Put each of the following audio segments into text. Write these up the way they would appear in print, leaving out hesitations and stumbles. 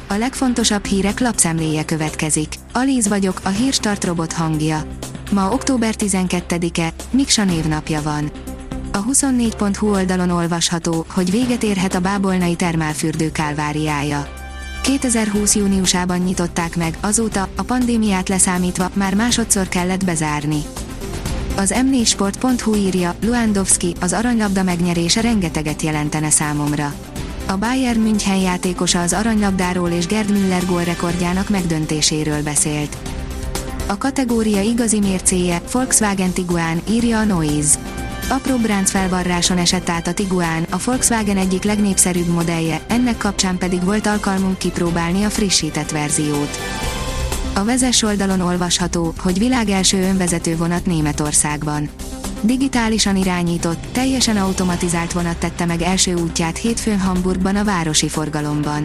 A legfontosa.bb hírek lapszemléje következik. Alíz vagyok, a Hírstart robot hangja. Ma október 12-e, Miksa névnapja van. A 24.hu oldalon olvasható, hogy véget érhet a bábolnai termálfürdő kálváriája. 2020 júniusában nyitották meg, azóta, a pandémiát leszámítva, már másodszor kellett bezárni. Az m4sport.hu írja, Lewandowski, az aranylabda megnyerése rengeteget jelentene számomra. A Bayern München játékosa az aranylabdáról és Gerd Müller gólrekordjának megdöntéséről beszélt. A kategória igazi mércéje, Volkswagen Tiguan, írja a Noise. Apróbb ráncfelvarráson esett át a Tiguan, a Volkswagen egyik legnépszerűbb modellje, ennek kapcsán pedig volt alkalmunk kipróbálni a frissített verziót. A Vezess oldalon olvasható, hogy világ első önvezető vonat Németországban. Digitálisan irányított, teljesen automatizált vonat tette meg első útját hétfőn Hamburgban a városi forgalomban.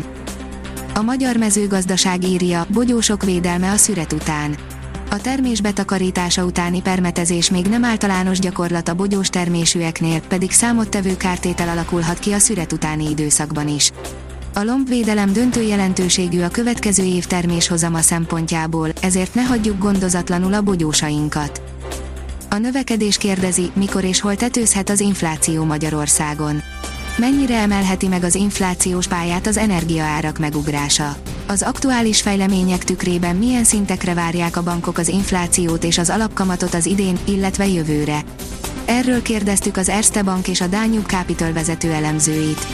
A Magyar Mezőgazdaság írja, bogyósok védelme a szüret után. A termés betakarítása utáni permetezés még nem általános gyakorlat a bogyós termésűeknél, pedig számottevő kártétel alakulhat ki a szüret utáni időszakban is. A lombvédelem döntő jelentőségű a következő év terméshozama szempontjából, ezért ne hagyjuk gondozatlanul a bogyósainkat. A növekedés kérdezi, mikor és hol tetőzhet az infláció Magyarországon. Mennyire emelheti meg az inflációs pályát az energiaárak megugrása? Az aktuális fejlemények tükrében milyen szintekre várják a bankok az inflációt és az alapkamatot az idén, illetve jövőre? Erről kérdeztük az Erste Bank és a Danube Capital vezető elemzőit.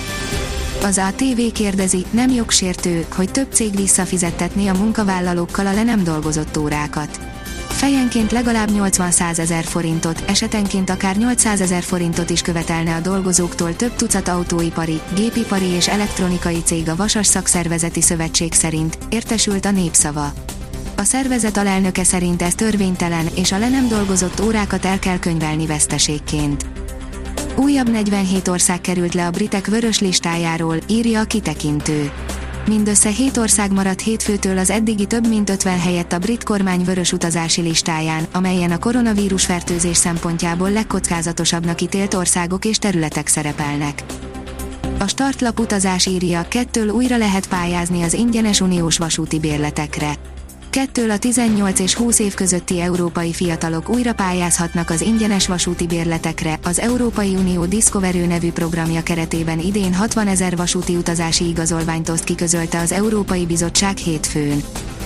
Az ATV kérdezi, nem jogsértő, hogy több cég visszafizettetné a munkavállalókkal a le nem dolgozott órákat. Fejenként legalább 80-100 ezer forintot, esetenként akár 800 ezer forintot is követelne a dolgozóktól több tucat autóipari, gépipari és elektronikai cég a Vasas Szakszervezeti Szövetség szerint, értesült a Népszava. A szervezet alelnöke szerint ez törvénytelen, és a le nem dolgozott órákat el kell könyvelni veszteségként. Újabb 47 ország került le a britek vörös listájáról, írja a Kitekintő. Mindössze 7 ország maradt hétfőtől az eddigi több mint 50 helyett a brit kormány vörös utazási listáján, amelyen a koronavírus fertőzés szempontjából legkockázatosabbnak ítélt országok és területek szerepelnek. A startlap utazás írja, 2-től újra lehet pályázni az ingyenes uniós vasúti bérletekre. 2-től a 18 és 20 év közötti európai fiatalok újra pályázhatnak az ingyenes vasúti bérletekre, az Európai Unió Discoverő nevű programja keretében idén 60 000 vasúti utazási igazolványt oszt ki, közölte az Európai Bizottság hétfőn.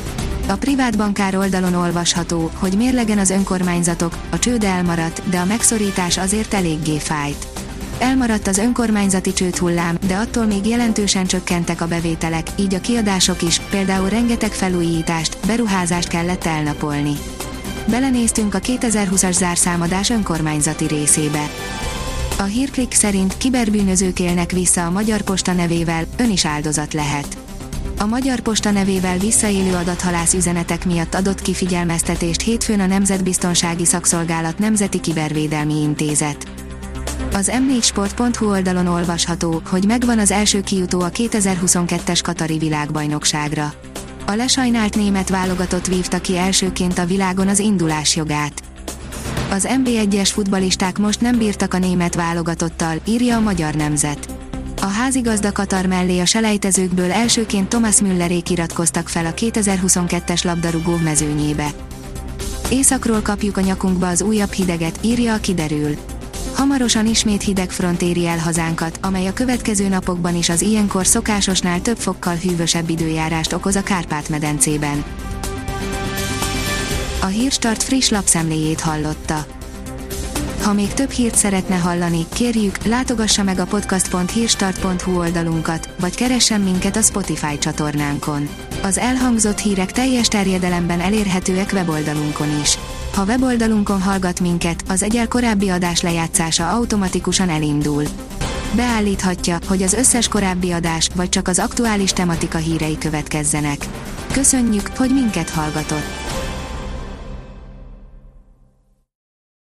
A privát bankár oldalon olvasható, hogy mérlegen az önkormányzatok, a csőd elmaradt, de a megszorítás azért eléggé fájt. Elmaradt az önkormányzati csődhullám, de attól még jelentősen csökkentek a bevételek, így a kiadások is, például rengeteg felújítást, beruházást kellett elnapolni. Belenéztünk a 2020-as zárszámadás önkormányzati részébe. A Hírklik szerint kiberbűnözők élnek vissza a Magyar Posta nevével, ön is áldozat lehet. A Magyar Posta nevével visszaélő adathalász üzenetek miatt adott ki figyelmeztetést hétfőn a Nemzetbiztonsági Szakszolgálat Nemzeti Kibervédelmi Intézet. Az m4sport.hu oldalon olvasható, hogy megvan az első kijutó a 2022-es katari világbajnokságra. A lesajnált német válogatott vívta ki elsőként a világon az indulás jogát. Az NB1-es futballisták most nem bírtak a német válogatottal, írja a Magyar Nemzet. A házigazda Katar mellé a selejtezőkből elsőként Thomas Müllerék iratkoztak fel a 2022-es labdarúgó mezőnyébe. Északról kapjuk a nyakunkba az újabb hideget, írja a Kiderül. Hamarosan ismét hideg front éri el hazánkat, amely a következő napokban is az ilyenkor szokásosnál több fokkal hűvösebb időjárást okoz a Kárpát-medencében. A Hírstart friss lapszemléjét hallotta. Ha még több hírt szeretne hallani, kérjük, látogassa meg a podcast.hírstart.hu oldalunkat, vagy keressen minket a Spotify csatornánkon. Az elhangzott hírek teljes terjedelemben elérhetőek weboldalunkon is. Ha weboldalunkon hallgat minket, az egyel korábbi adás lejátszása automatikusan elindul. Beállíthatja, hogy az összes korábbi adás, vagy csak az aktuális tematika hírei következzenek. Köszönjük, hogy minket hallgatott!